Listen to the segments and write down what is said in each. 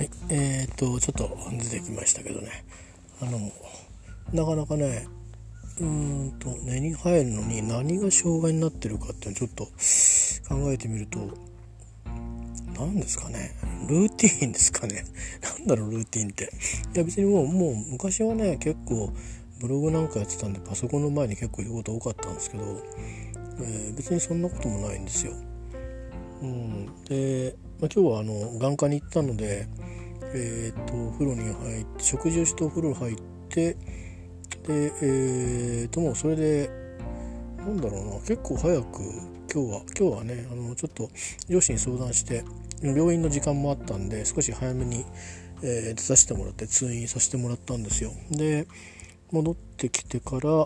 はい、ちょっと出てきましたけどね、なかなかね、寝に入るのに何が障害になってるかっていうのをちょっと考えてみると、何ですかね、ルーティーンですかね。なんだろうルーティーンって。いや別にもう昔はね、結構ブログなんかやってたんでパソコンの前に結構いること多かったんですけど、別にそんなこともないんですよ。で、今日は眼科に行ったので、お風呂に入って食事をしてお風呂に入って、でもうそれでなんだろうな、結構早く今日はね、ちょっと上司に相談して病院の時間もあったんで少し早めに、出させてもらって通院させてもらったんですよ。で戻ってきてから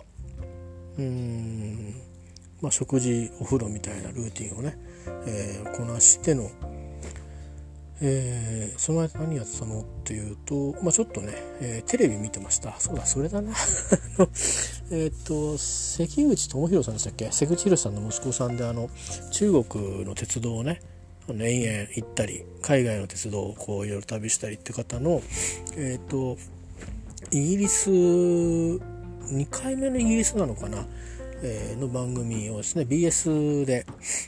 食事お風呂みたいなルーティンをね、こなしての、その間何やってたのっていうと、ちょっとね、テレビ見てました。そうだそれだな関口智弘さんでしたっけ、関口宏さんの息子さんで、中国の鉄道をね延々行ったり海外の鉄道をこういろいろ旅したりって方のイギリス2回目のイギリスなのかな、の番組をですね BS で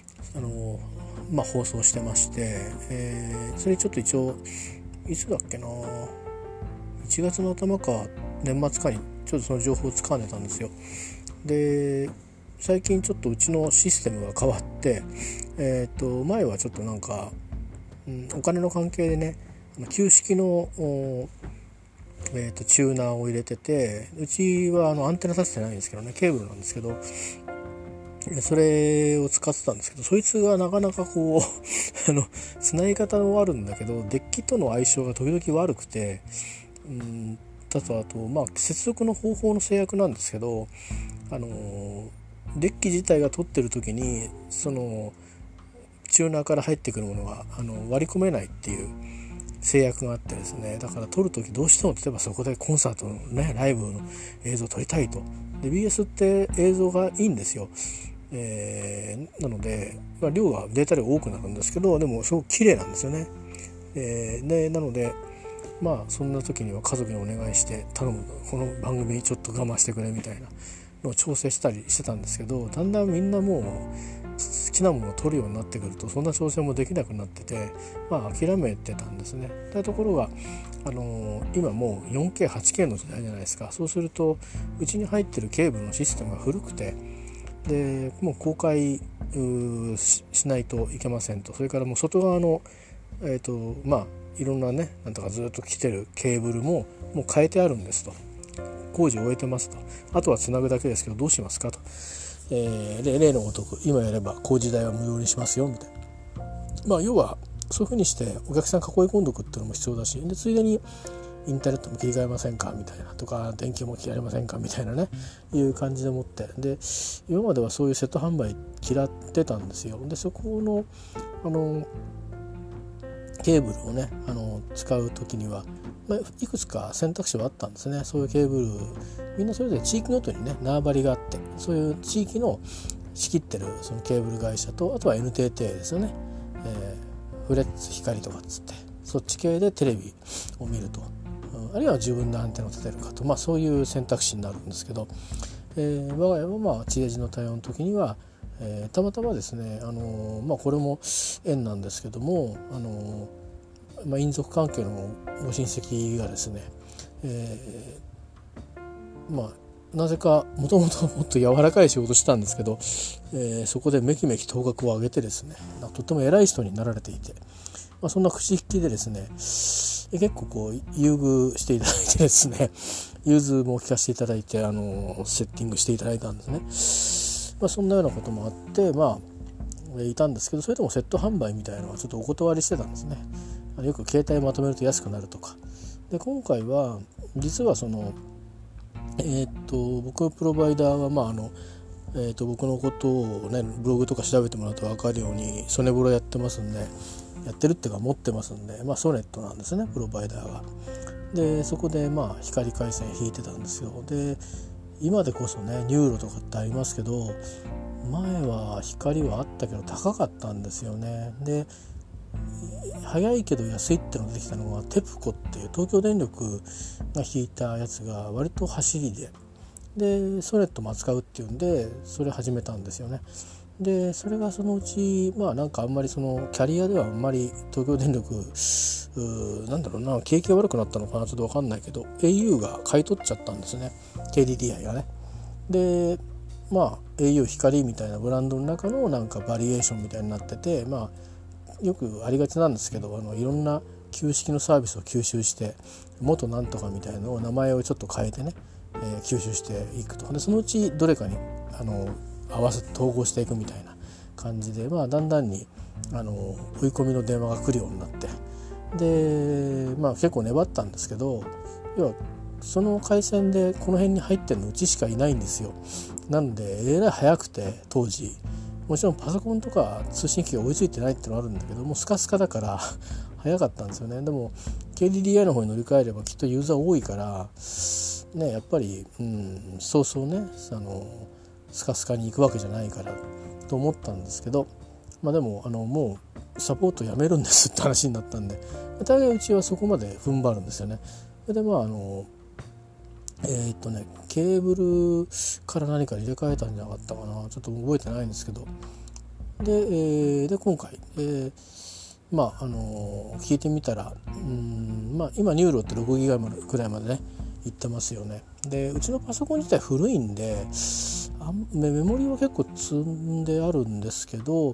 放送してまして、それちょっと一応いつだっけな、1月の頭か年末かにちょっとその情報を掴んでたんですよ。で最近ちょっとうちのシステムが変わって、前はちょっとなんか、お金の関係でね旧式のチューナーを入れてて、うちはアンテナ立ててないんですけどね、ケーブルなんですけど、それを使ってたんですけど、そいつがなかなかこう繋ぎ方はあるんだけどデッキとの相性が時々悪くて、あと接続の方法の制約なんですけど、デッキ自体が取ってる時にそのチューナーから入ってくるものが割り込めないっていう制約があってですね、だから撮る時どうしても例えばそこでコンサートのねライブの映像を撮りたいと。で BS って映像がいいんですよ。なので、量がデータ量多くなるんですけど、でもすごく綺麗なんですよね。なのでそんな時には家族にお願いして頼む、この番組ちょっと我慢してくれみたいなのを調整したりしてたんですけど、だんだんみんなもう好きなものを取るようになってくるとそんな調整もできなくなってて、諦めてたんですね。ところが今もう 4K、8K の時代じゃないですか。そうするとうちに入ってるケーブルのシステムが古くて、でもう公開しないといけませんと。それからもう外側のいろんなねなんとかずっと来てるケーブルももう変えてあるんですと。工事を終えてますと。あとはつなぐだけですけどどうしますかと。で例のごとく今やれば工事代は無料にしますよみたいな。要はそういう風にしてお客さん囲い込んでおくっていうのも必要だし、でついでにインターネットも切り替えませんかみたいなとか、電気も切られませんかみたいなねいう感じでもって、で今まではそういうセット販売嫌ってたんですよ。でそこのケーブルをね使う時には、いくつか選択肢はあったんですね。そういうケーブルみんなそれぞれ地域ごとにね縄張りがあって、そういう地域の仕切ってるそのケーブル会社と、あとは NTT ですよね、フレッツ光とかっつってそっち系でテレビを見ると、あるいは自分でアンテナを立てるかと、そういう選択肢になるんですけど、我が家は地デジの対応の時には、たまたまですねこれも縁なんですけども姻族関係のご親戚がですね、なぜかもともともっと柔らかい仕事したんですけど、そこでめきめき頭角を上げてですね、とっても偉い人になられていて、そんな口利きでですね結構こう優遇していただいてですね、融通も聞かせていただいてセッティングしていただいたんですね。そんなようなこともあっていたんですけど、それでもセット販売みたいなのはちょっとお断りしてたんですね。よく携帯まとめると安くなるとかで、今回は実はその僕のプロバイダーは僕のことをねブログとか調べてもらうと分かるようにソネボロやってますんで、やってるっていうか持ってますんで、ソネットなんですねプロバイダーが。でそこで光回線引いてたんですよ。で今でこそねニューロとかってありますけど、前は光はあったけど高かったんですよね。で早いけど安いってのができたのはテプコっていう東京電力が引いたやつが割と走りでソネットも扱うっていうんでそれ始めたんですよね。でそれがそのうちなんかあんまりそのキャリアではあんまり東京電力なんだろうな、景気が悪くなったのかな、ちょっと分かんないけど au が買い取っちゃったんですね、 KDDI がね。でau 光みたいなブランドの中のなんかバリエーションみたいになってて、よくありがちなんですけどいろんな旧式のサービスを吸収して元なんとかみたいなのを名前をちょっと変えてね、吸収していくと。でそのうちどれかに合わせて統合していくみたいな感じで、だんだんに追い込みの電話が来るようになって、で結構粘ったんですけど、要はその回線でこの辺に入ってるのうちしかいないんですよ。なんでえらい早くて、当時もちろんパソコンとか通信機が追いついてないっていうのはあるんだけども、スカスカだから早かったんですよね。でも KDDI の方に乗り換えればきっとユーザー多いからね、やっぱり、そうそうねスカスカに行くわけじゃないからと思ったんですけど、でももうサポートやめるんですって話になったんで、大概うちはそこまで踏ん張るんですよね。でケーブルから何か入れ替えたんじゃなかったかな、ちょっと覚えてないんですけど、で今回、聞いてみたら今ニューロって6ギガくらいまでねいってますよね。でうちのパソコン自体古いんでメモリは結構積んであるんですけど、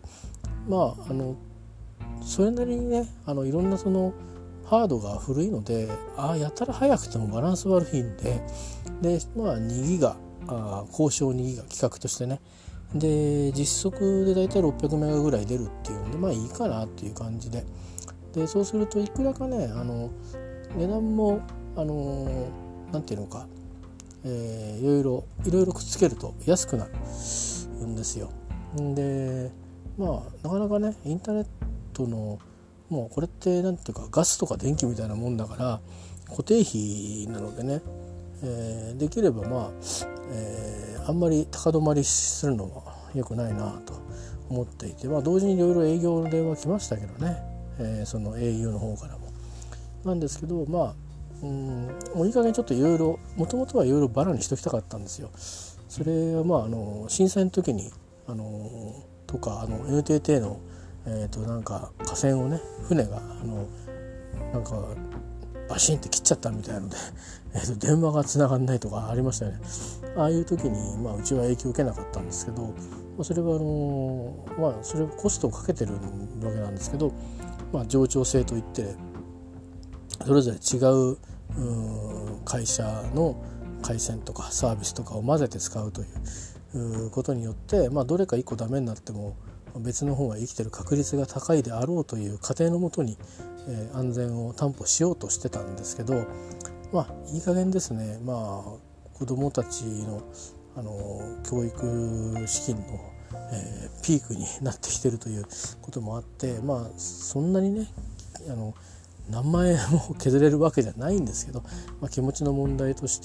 それなりにねいろんなそのハードが古いのでやたら早くてもバランス悪いんで、2ギガ交渉2ギガ規格としてね、で実測でだいたい600メガぐらい出るっていうんでいいかなっていう感じで、そうするといくらかね値段もなんていうのか、いろいろくっつけると安くなるんですよ。でなかなかねインターネットのもうこれってなんていうかガスとか電気みたいなもんだから固定費なのでね、できればあんまり高止まりするのは良くないなと思っていて、同時にいろいろ営業の電話来ましたけどね、その au の方からもなんですけど、もういい加減ちょっといろいろもともとはいろいろバラにしときたかったんですよ。それは震災の時にとかNTT のなんか架線をね船がなんかバシンって切っちゃったみたいなので、電話が繋がんないとかありましたよね。ああいう時にうちは影響を受けなかったんですけど、それはそれコストをかけてるわけなんですけど、冗長制といってそれぞれ違う会社の回線とかサービスとかを混ぜて使うということによって、どれか1個ダメになっても別の方が生きてる確率が高いであろうという仮定のもとに、安全を担保しようとしてたんですけど、いい加減ですね。子どもたちの教育資金の、ピークになってきてるということもあって、そんなにね何万円も削れるわけじゃないんですけど、気持ちの問題として、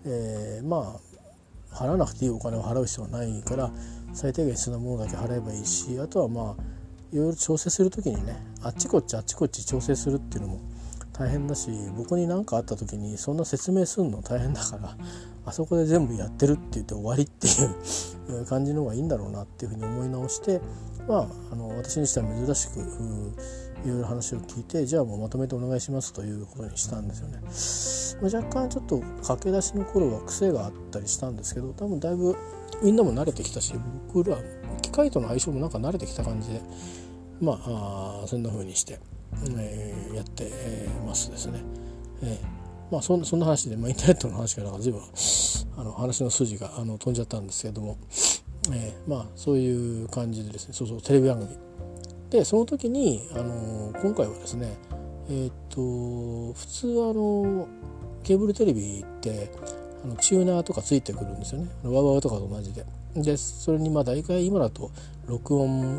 払わなくていいお金を払う必要はないから最低限必要なものだけ払えばいいし、あとはいろいろ調整するときにねあっちこっち調整するっていうのも大変だし、僕に何かあった時にそんな説明するの大変だからあそこで全部やってるって言って終わりっていう感じの方がいいんだろうなっていうふうに思い直して、私にしては珍しくいろいろ話を聞いて、じゃあもうまとめてお願いしますということにしたんですよね。若干ちょっと駆け出しの頃は癖があったりしたんですけど、多分だいぶみんなも慣れてきたし、僕ら機械との相性もなんか慣れてきた感じでそんな風にして、やってますですね。そんな話で、インターネットの話から随分話の筋が飛んじゃったんですけれども、そういう感じでですね、そうテレビ番組でその時に今回はですね、普通ケーブルテレビってチューナーとかついてくるんですよね。ワウワウとかと同じで、それに大概今だと録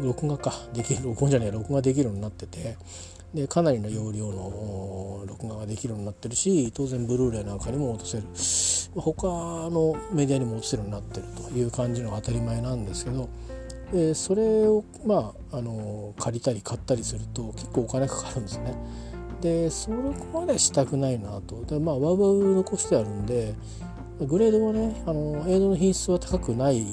画できるようになってて、でかなりの容量の録画ができるようになってるし、当然ブルーレイなんかにも落とせる、他のメディアにも落とせるようになってるという感じのが当たり前なんですけど、 それを借りたり買ったりすると結構お金かかるんですね。でそこまでしたくないなと。でワウワウ残してあるんでグレードはね映像の品質は高くない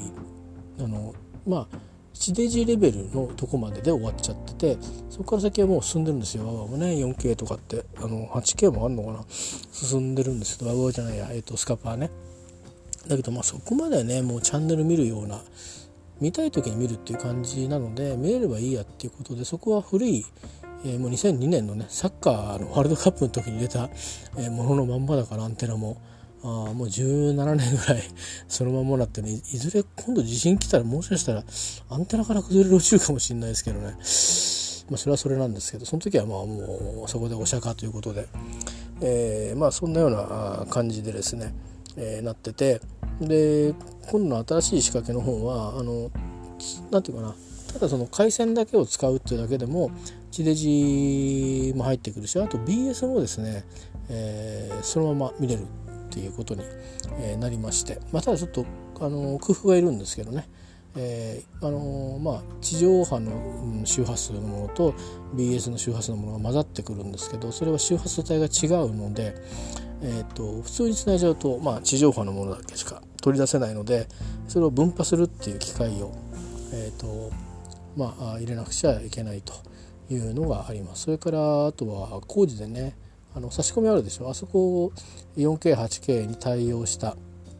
地デジレベルのとこまでで終わっちゃってて、そこから先はもう進んでるんですよ。ワウワウもね 4K とかって8K もあるのかな、進んでるんですけど、ワウワウじゃないや、スカパーね。だけどそこまでねもうチャンネル見るような見たい時に見るっていう感じなので、見れればいいやっていうことで、そこは古い、もう2002年のねサッカーのワールドカップの時に入れた、もののまんまだから、アンテナももう17年ぐらいそのまんまだってね、いずれ今度地震来たらもしかしたらアンテナから崩れ落ちるかもしれないですけどね、それはそれなんですけど、その時はもうそこでお釈迦ということで、そんなような感じでですね、なってて、で今度の新しい仕掛けの方はなんていうかな、ただその回線だけを使うっていうだけでも地デジも入ってくるし、あと BS もですね、そのまま見れるっていうことになりまして、ただちょっと工夫はいるんですけどね、地上波の周波数のものと BS の周波数のものが混ざってくるんですけど、それは周波数帯が違うので、普通につないじゃうと、地上波のものだけしか取り出せないので、それを分波するっていう機械を、入れなくちゃいけないというのがあります。それからあとは工事でね、差し込みあるでしょ、あそこを 4K、8K に対応した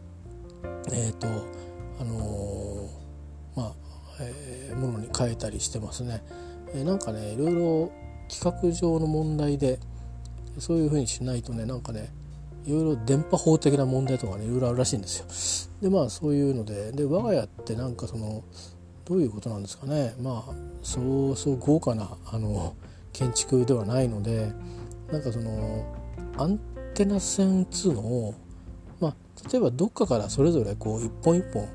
ものに変えたりしてますね。なんかねいろいろ企画上の問題でそういう風にしないとね、なんかねいろいろ電波法的な問題とかねいろいろあるらしいんですよ。でそういうので我が家ってなんかどういうことなんですかね、そう豪華な建築ではないので、なんかアンテナ線っつうのを例えばどっかからそれぞれこう一本一本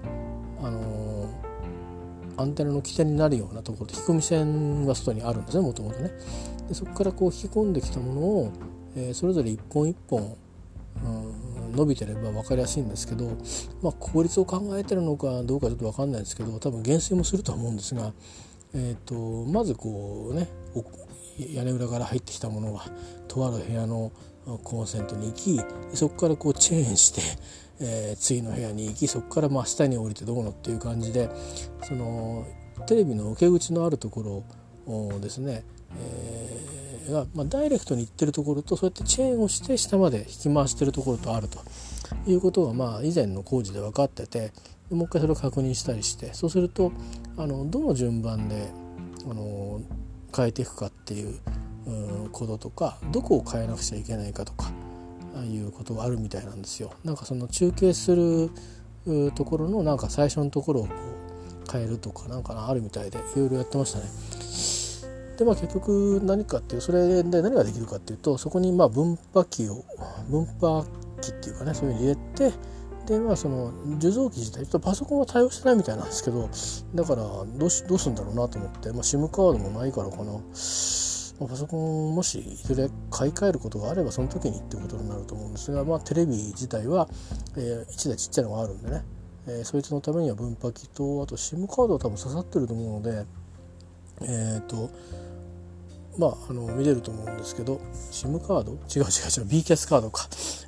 アンテナの起点になるようなところで引き込み線が外にあるんですね、もともとね。でそこからこう引き込んできたものを、それぞれ一本一本、伸びてれば分かりやすいんですけど、効率を考えてるのかどうかちょっと分かんないですけど、多分減衰もすると思うんですが、まずこうね屋根裏から入ってきたものがとある部屋のコンセントに行き、そこからこうチェーンして、次の部屋に行き、そこから下に降りてどうのっていう感じで、テレビの受け口のあるところをですね、が、ダイレクトに行ってるところと、そうやってチェーンをして下まで引き回してるところとあるということが以前の工事で分かってて、もう一回それを確認したりして、そうするとどの順番で変えていくかっていうこととか、どこを変えなくちゃいけないかとかいうことがあるみたいなんですよ。なんか中継するところのなんか最初のところをこう変えるとかなんかあるみたいで、いろいろやってましたね。で結局何かっていう、それで何ができるかっていうと、そこに分波器っていうかね、そういうの入れて、でその受像機自体ちょっとパソコンは対応してないみたいなんですけど、だからどうするんだろうなと思って、SIM カードもないからかな、パソコンもしいずれ買い替えることがあればその時にってことになると思うんですが、テレビ自体は、1台ちっちゃいのがあるんでね、そいつのためには分波器と、あと SIM カードは多分刺さってると思うので、見れると思うんですけど、 SIM カード違う B キャスカードか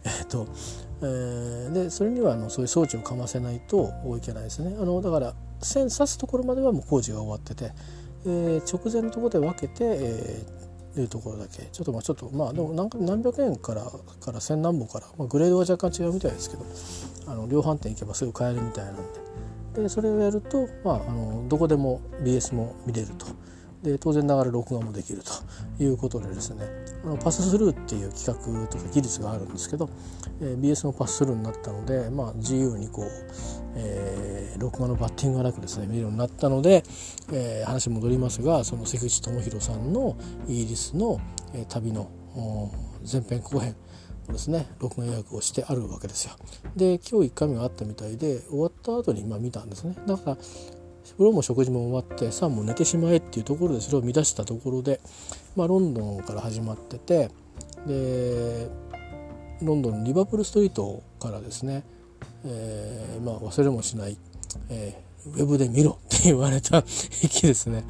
でそれにはそういう装置をかませないといけないですね。だから線刺すところまではもう工事が終わってて、直前のところで分けて、いうところだけちょっとでも何百円から千何本から、グレードは若干違うみたいですけど、量販店行けばすぐ買えるみたいなんで、それをやると、どこでも BS も見れると。で当然ながら録画もできるということでですね、パススルーっていう企画とか技術があるんですけど、BS もパススルーになったので、自由にこう、録画のバッティングがなくですね見るようになったので、話戻りますが、その関口智弘さんのイギリスの、旅の前編後編をですね録画予約をしてあるわけですよ。で今日1回目があったみたいで、終わった後に見たんですね。だから風呂も食事も終わってさあもう寝てしまえっていうところでそれを乱したところで、ロンドンから始まってて、でロンドンのリバプールストリートからですね、忘れもしない、 ウェブで見ろって言われた駅ですね。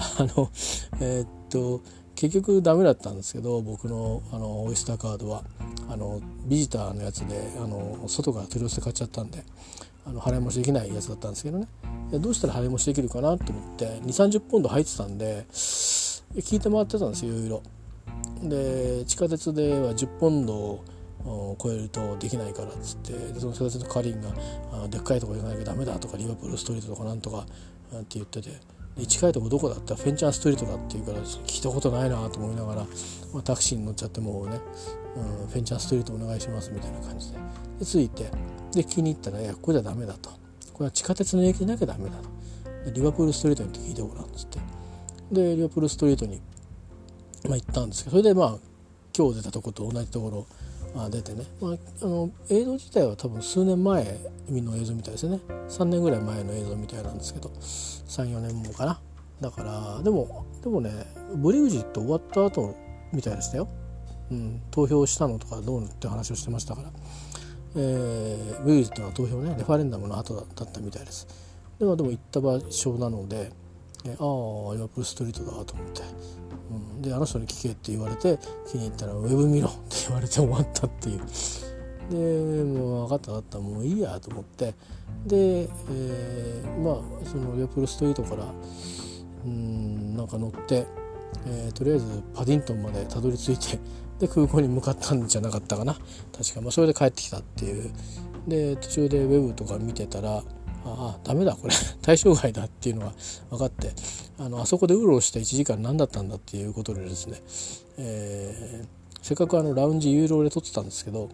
結局ダメだったんですけど、僕のオイスターカードはビジターのやつで外から取り寄せて買っちゃったんで払い戻しできないやつだったんですけどね。どうしたら払い戻しできるかなと思って 2,30 ポンド入ってたんで聞いて回ってたんですよ、いろいろ。で地下鉄では10ポンドを超えるとできないからっつって、でその地下鉄の係員がでっかいとこ行かなきゃダメだとか、リバプールストリートとかなんとかって言ってて、近いとこどこだってフェンチャンストリートだって言うから聞いたことないなと思いながら、タクシーに乗っちゃってもうね、フェンチャンストリートお願いしますみたいな感じで、着いて、で気に入ったら、いやこれじゃダメだと、これは地下鉄の駅でなきゃダメだと、でリバプールストリートに行って聞いてごらんっつって、でリバプールストリートに、行ったんですけど、それで今日出たとこと同じところ出てね、映像自体は多分数年前の映像みたいですね。3年ぐらい前の映像みたいなんですけど、3、4年もかな。だからでもね、ブリグジット終わった後みたいでしたよ。投票したのとかどうのって話をしてましたから、ブリグジットの投票ね、レファレンダムの後だったみたいです。でも行った場所なので、リバプールストリートだと思って、であの人に聞けって言われて気に入ったらウェブ見ろって言われて終わったっていう。でもう分かったもういいやと思って、で、そのリバプールストリートからなんか乗って、とりあえずパディントンまでたどり着いて、で空港に向かったんじゃなかったかな確か。それで帰ってきたっていう。で途中でウェブとか見てたら、ダメだこれ対象外だっていうのが分かって、あそこでうろうろした1時間何だったんだっていうことでですね、せっかくラウンジ有料で取ってたんですけど、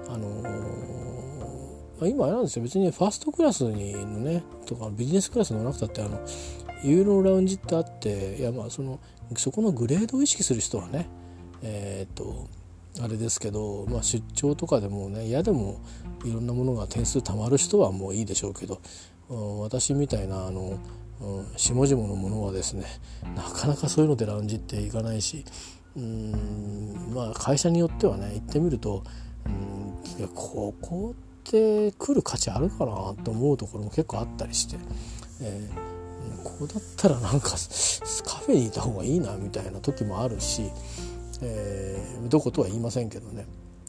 今あれなんですよ、別にファーストクラスにのねとかビジネスクラス乗らなくたって有料ラウンジってあって、いやそこのグレードを意識する人はねあれですけど、出張とかでもね嫌でもいろんなものが点数たまる人はもういいでしょうけど、私みたいな下々のものはですね、なかなかそういうのでラウンジって行かないし、会社によってはね行ってみると、いやここって来る価値あるかなと思うところも結構あったりして、ここだったらなんかカフェにいた方がいいなみたいな時もあるし、どことは言いませんけどね、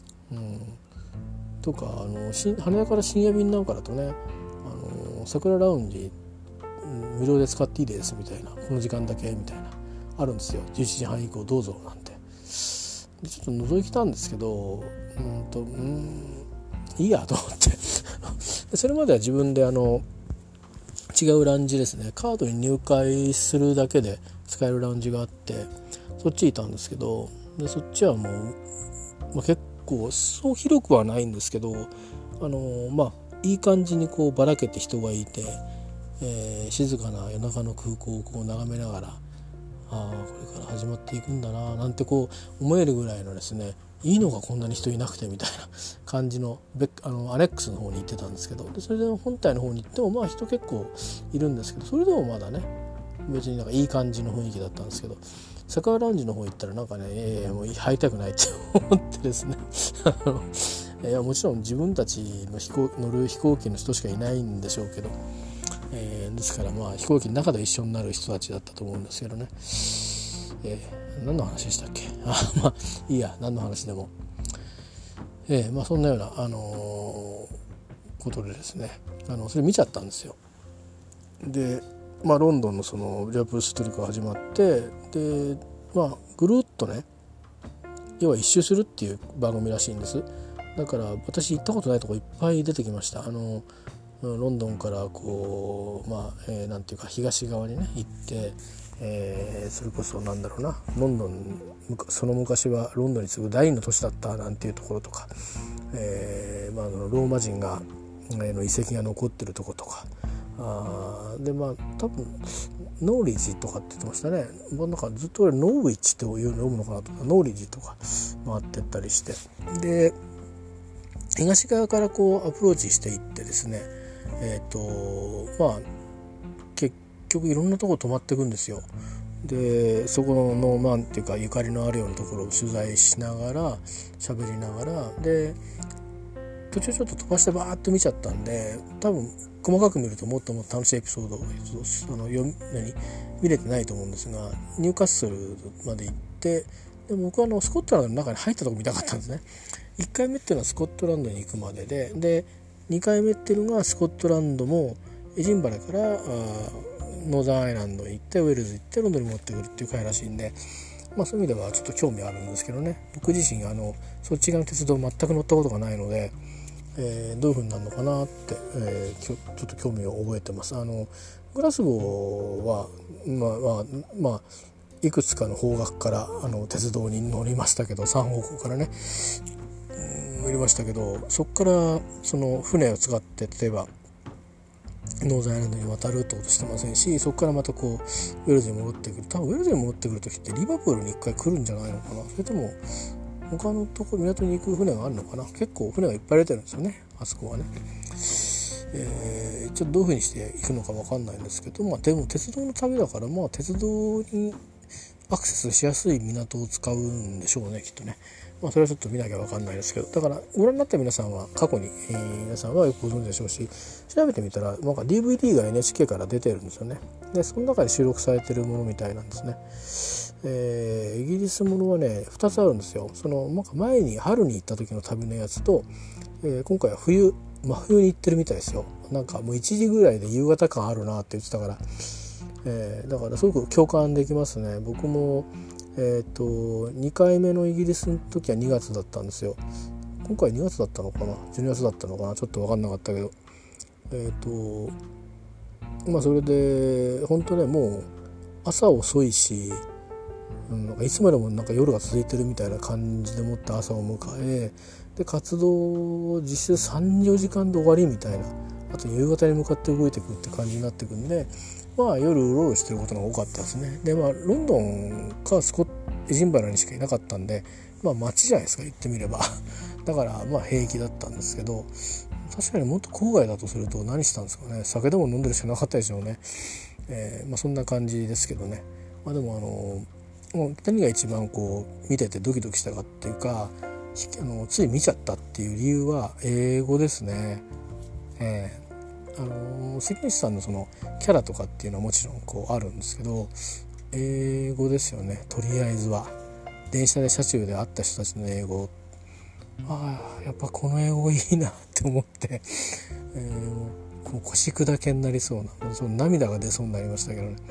とか羽田から深夜便なんかだとね、桜ラウンジ無料で使っていいですみたいな、この時間だけみたいなあるんですよ。11時半以降どうぞなんて。でちょっと覗いてたんですけど、いいやと思ってでそれまでは自分で違うラウンジですね、カードに入会するだけで使えるラウンジがあって、そっちいたんですけど、でそっちはもう、結構そう広くはないんですけど、いい感じにこうばらけて人がいて、静かな夜中の空港をこう眺めながら、これから始まっていくんだななんてこう思えるぐらいのですね、いいのがこんなに人いなくてみたいな感じのアネックスの方に行ってたんですけど、でそれで本体の方に行っても人結構いるんですけど、それでもまだね別になんかいい感じの雰囲気だったんですけど、桜ラウンジの方行ったらなんかね、もう入りたくないって思ってですねいやもちろん自分たちの乗る飛行機の人しかいないんでしょうけど、ですから飛行機の中で一緒になる人たちだったと思うんですけどね、何の話でしたっけいいや、何の話でも、そんなような、ことでですね、それ見ちゃったんですよ。でロンドンのそのリバプールストリートが始まって、でぐるっとね、要は一周するっていう番組らしいんです。だから私行ったことないとこいっぱい出てきました。ロンドンからこうなんていうか東側にね行って、それこそなんだろうな、ロンドン、その昔はロンドンに次ぐ第2の都市だったなんていうところとか、ローマ人がの遺跡が残ってるとことか、で多分ノーリッジとかって言ってましたね。なんかずっと俺ノーウィッチっていうの読むのかなとか、ノーリッジとか回ってったりして、で東側からこうアプローチしていってですね、結局いろんなとこ泊まっていくんですよ。でそこのなんていうかゆかりのあるようなところを取材しながら喋りながら、で途中ちょっと飛ばしてバーッと見ちゃったんで、多分細かく見るともっともっと楽しいエピソードを見れてないと思うんですが、ニューカッスルまで行って、で僕はスコットランドの中に入ったとこ見たかったんですね。1回目っていうのはスコットランドに行くまでで2回目っていうのがスコットランドもエジンバラからノーザンアイランドに行ってウェールズ行ってロンドンに持ってくるっていう回らしいんで、そういう意味ではちょっと興味あるんですけどね。僕自身そっち側の鉄道全く乗ったことがないので、どういう風になるのかなって、ちょっと興味を覚えてます。グラスゴーはいくつかの方角から鉄道に乗りましたけど、3方向からね乗りましたけど、そこからその船を使って例えばノーザンアイランドに渡るってことしてませんし、そこからまたこうウェールズに戻ってくる。多分ウェールズに戻ってくる時ってリバプールに一回来るんじゃないのかな。それとも他のとこ港に行く船があるのかな。結構船がいっぱい出てるんですよね、あそこはね。ちょっとどういう風にして行くのか分かんないんですけど、でも鉄道の旅だから、鉄道にアクセスしやすい港を使うんでしょうね、きっとね。それはちょっと見なきゃ分かんないですけど、だからご覧になった皆さんは過去に、皆さんはよくご存知でしょうし、調べてみたらDVD が NHK から出てるんですよね。でその中で収録されてるものみたいなんですね。イギリスものはね2つあるんですよ。前に春に行った時の旅のやつと、今回は真冬に行ってるみたいですよ。もう1時ぐらいで夕方感あるなって言ってたから、だからすごく共感できますね。僕も2回目のイギリスの時は2月だったんですよ。今回2月だったのかな12月だったのかな、ちょっと分かんなかったけど、それで本当ね、もう朝遅いし、いつまでも夜が続いてるみたいな感じでもって朝を迎え、で活動を実質 3,4 時間で終わりみたいな、あと夕方に向かって動いていくって感じになっていくんで、夜うろうろしてることが多かったですね。でロンドンかエジンバラにしかいなかったんで、街じゃないですか、言ってみればだから平気だったんですけど、確かにもっと郊外だとすると何したんですかね。酒でも飲んでるしかなかったでしょうね。そんな感じですけどね。でももう何が一番見ててドキドキしたかっていうか、つい見ちゃったっていう理由は英語ですね。関口さんのそのキャラとかっていうのはもちろんあるんですけど、英語ですよね。とりあえずは電車で車中で会った人たちの英語、やっぱこの英語いいなって思って、腰砕けになりそうな、その涙が出そうになりましたけどね。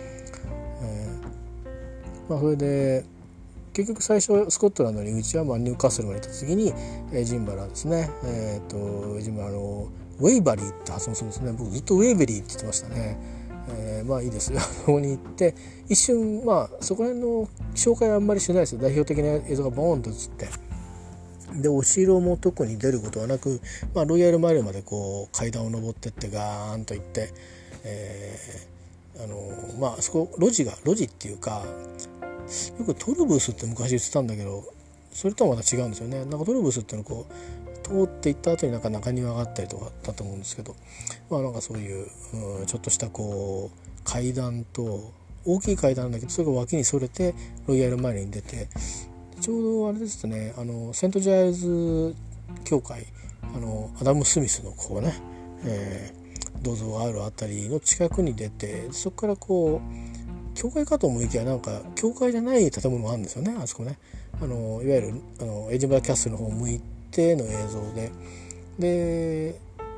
それで結局最初スコットランドにうちはニューカッスルまで行った次にエジンバラですね。エジンバラウェイバリーって発音するんですね。僕ずっとウェイベリーって言ってましたね。いいですよ。そこに行って一瞬そこら辺の紹介はあんまりしないですよ。代表的な映像がボーンと映って、でお城も特に出ることはなく、ロイヤルマイルまで階段を登ってってガーンと行って、そこ路地っていうか、よくトルブスって昔言ってたんだけど、それとはまた違うんですよね。トルブスっていうのを通っていった後に中庭があったりとかだと思うんですけど、そういう、ちょっとした階段と大きい階段なんだけど、それが脇にそれてロイヤルマイルに出て、ちょうどあれですね、セントジャイルズ教会、アダム・スミスの銅像があるあたりの近くに出て、そこから教会かと思いきや教会じゃない建物があるんですよね、あそこね。いわゆるエジンバラキャッスルの方を向いての映像で、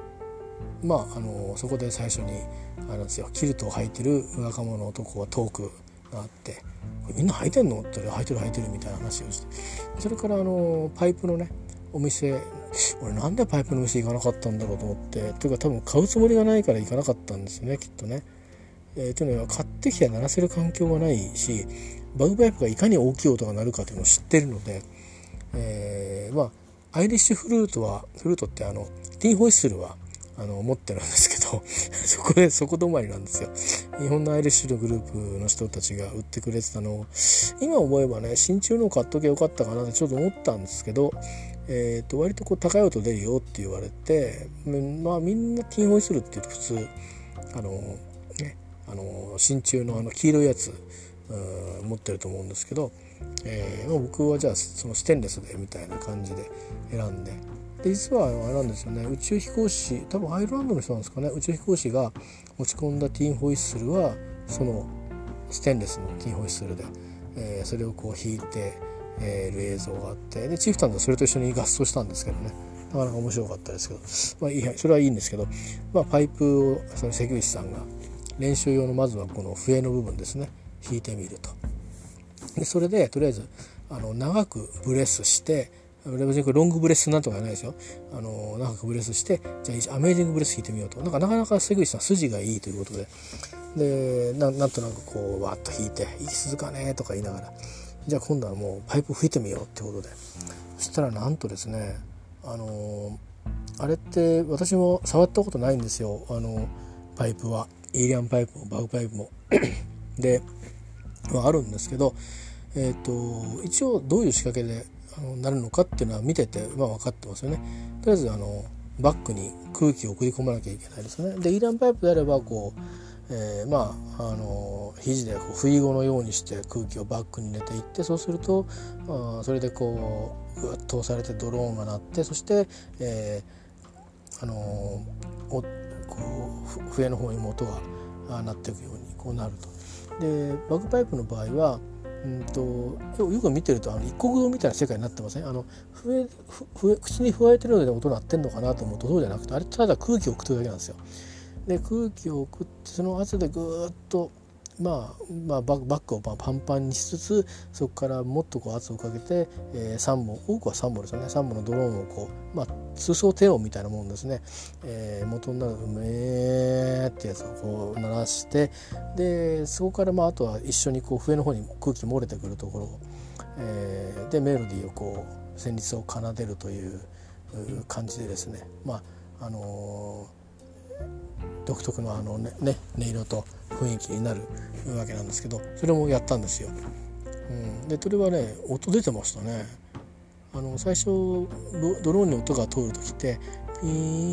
そこで最初にキルトを履いてる若者の男がトークがあって、みんな履いてんのって言ったら履いてるみたいな話をして、それからパイプのねお店、俺なんでパイプのお店行かなかったんだろうと思って、というか多分買うつもりがないから行かなかったんですよね、きっとね。というのは買ってきて鳴らせる環境がないし、バグパイプがいかに大きい音が鳴るかというのを知ってるので、アイリッシュフルートってティンホイッスルは持ってるんですけどそこ止まりなんですよ。日本のアイリッシュのグループの人たちが売ってくれてたのを今思えばね、真鍮のを買っとけよかったかなってちょっと思ったんですけど、割と高い音出るよって言われて、みんなティンホイッスルって言うと普通真鍮の黄色いやつ持ってると思うんですけど、僕はじゃあそのステンレスでみたいな感じで選んで、 で実はあれなんですよね、宇宙飛行士、多分アイルランドの人なんですかね、宇宙飛行士が持ち込んだティンホイッスルはそのステンレスのティンホイッスルで、それをこう弾いてる映像があって、でチーフタンとそれと一緒に合奏したんですけどね、なかなか面白かったですけど、それはいいんですけど、パイプをその関口さんが練習用のまずはこの笛の部分ですね弾いてみると。でそれでとりあえず長くブレスして、別にロングブレスなんとかじゃないですよ、長くブレスして、じゃあアメージングブレス弾いてみようと。なかなか関口さん筋がいいということで、なんとなくこうわーっと弾いて「息続かね」とか言いながら、じゃあ今度はもうパイプ吹いてみようってことで、そしたらなんとですね、あれって私も触ったことないんですよ、パイプは。イーリアンパイプもバグパイプもで、あるんですけど、一応どういう仕掛けでなるのかっていうのは見てて、分かってますよね。とりあえずバッグに空気を送り込まなきゃいけないですね。でイーリアンパイプであればこう、肘でこう不意語のようにして空気をバッグに入れていって、そうするとそれでこうぐっと押されてドローンが鳴って、そして、こう笛の方にも音が鳴っていくようにこうなると。でバグパイプの場合はよく見てると一国道みたいな世界になってません？口に吹いてるので音鳴ってんのかなと思うと、そうじゃなくて、あれただ空気を送ってるだけなんですよ。で空気を送って、その圧でぐーっとバッグをパンパンにしつつ、そこからもっとこう圧をかけて、3本、多くは3本ですよね、3本のドローンをこう、通奏低音みたいなもんですね、元になるメーってやつをこう鳴らして、でそこからあとは一緒にこう笛の方に空気漏れてくるところを、でメロディーをこう旋律を奏でるという感じでですね、独特の音色と雰囲気になるわけなんですけど、それもやったんですよ。でそれはね音出てましたね。最初ドローンに音が通る時ってピー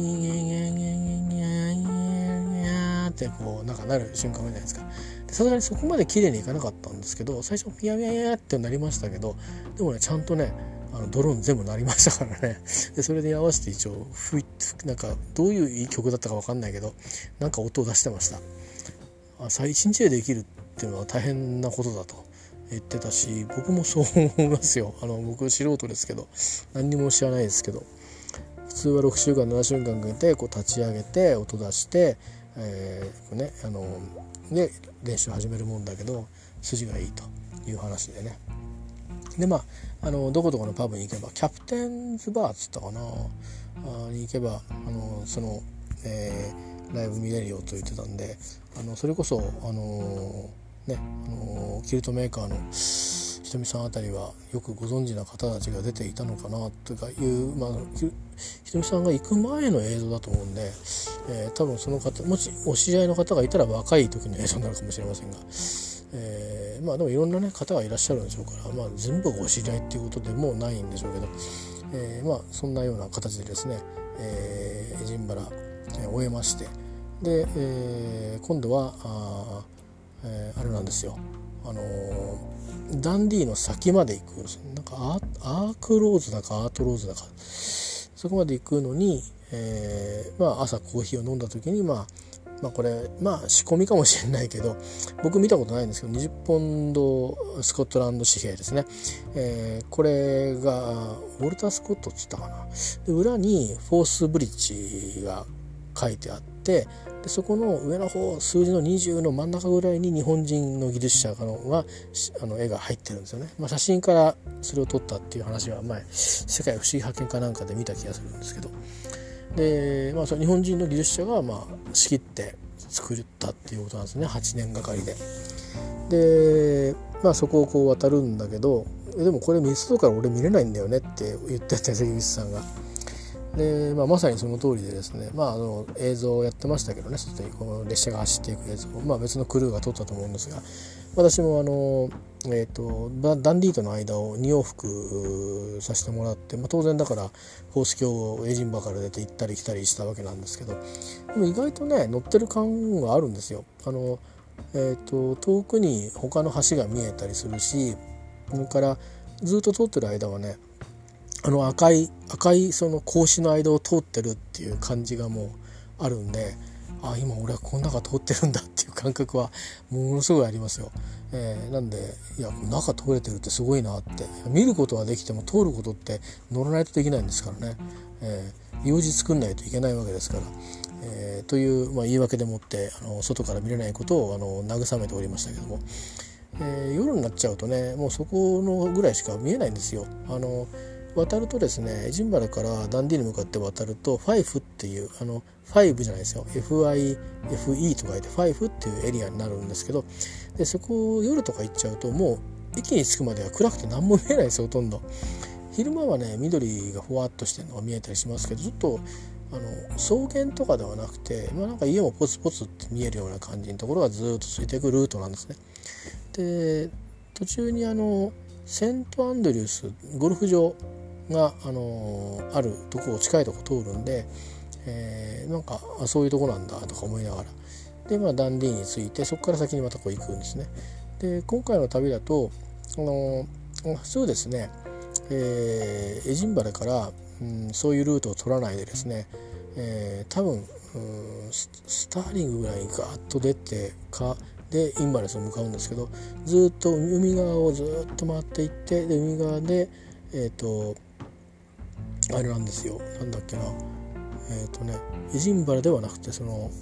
ンってこうなんかなる瞬間じゃないですか。さすがにそこまで綺麗にいかなかったんですけど、最初ピヤピヤピヤってなりましたけど、でもねちゃんとねドローン全部鳴りましたからね。でそれに合わせて一応なんかどういう曲だったか分かんないけど、なんか音を出してました。一日でできるっていうのは大変なことだと言ってたし、僕もそう思いますよ。僕素人ですけど、何にも知らないですけど、普通は6週間7週間かけてこう立ち上げて音出して、で練習始めるもんだけど、筋がいいという話でね。でどこどこのパブに行けばキャプテンズバーっつったかなに行けばライブ見れるよと言ってたんで、それこそキルトメーカーのひとみさんあたりはよくご存知な方たちが出ていたのかなとかいう、ひとみさんが行く前の映像だと思うんで、多分その方もしお知り合いの方がいたら若い時の映像になるかもしれませんが、でもいろんな、方がいらっしゃるんでしょうから、全部がお知り合いっていうことでもうないんでしょうけど、そんなような形でですね、エジンバラ、終えまして、で、今度はあれなんですよ、ダンディの先まで行くんです。なんかアークローズだかアートローズだか、そこまで行くのに、朝コーヒーを飲んだ時にこれ仕込みかもしれないけど、僕見たことないんですけど、20ポンドスコットランド紙幣ですね、これがウォルター・スコットって言ったかな。で裏にフォースブリッジが書いてあって、でそこの上の方数字の20の真ん中ぐらいに日本人の技術者が絵が入ってるんですよね。写真からそれを撮ったっていう話は前世界不思議発見かなんかで見た気がするんですけど、で、その日本人の技術者が仕切って作ったっていうことなんですね。8年がかりで。で、そこをこう渡るんだけど、でもこれ密度から俺見れないんだよねって言ってて、関口さんが。で、まさにその通りでですね、映像をやってましたけどね、外にこの列車が走っていく映像を、別のクルーが撮ったと思うんですが、私もダンディーとの間を2往復させてもらって、当然だからホース橋をエジンバから出て行ったり来たりしたわけなんですけど、でも意外とね乗ってる感があるんですよ。遠くに他の橋が見えたりするし、それからずっと通ってる間はね、 赤いその格子の間を通ってるっていう感じがもうあるんで、今俺はこの中通ってるんだっていう感覚はものすごいありますよ。なんで中通れてるってすごいなって、見ることはできても通ることって乗らないとできないんですからね、用事作んないといけないわけですから、という、言い訳でもって外から見れないことを慰めておりましたけども、夜になっちゃうとねもうそこのぐらいしか見えないんですよ。渡るとですね、エジンバラからダンディに向かって渡るとファイフっていうファイブじゃないですよ、 FIFE と書いてファイフっていうエリアになるんですけど、でそこを夜とか行っちゃうともう駅に着くまでは暗くて何も見えないですよ。ほとんど昼間はね緑がふわっとしてるのが見えたりしますけど、ずっと草原とかではなくて、なんか家もポツポツって見えるような感じのところがずっとついていくルートなんですね。で途中にセントアンドリュースゴルフ場が、あるとこを近いとこ通るんで、なんかそういうとこなんだとか思いながらで、ダンディーに着いてそこから先にまたこう行くんですね。で今回の旅だと普通ですね、エジンバラから、そういうルートを取らないでですね、多分スターリングぐらいガーッと出てでインバレスに向かうんですけど、ずっと海側をずっと回っていって、で海側であれなんですよ、なんだっけな、エジンバラではなくて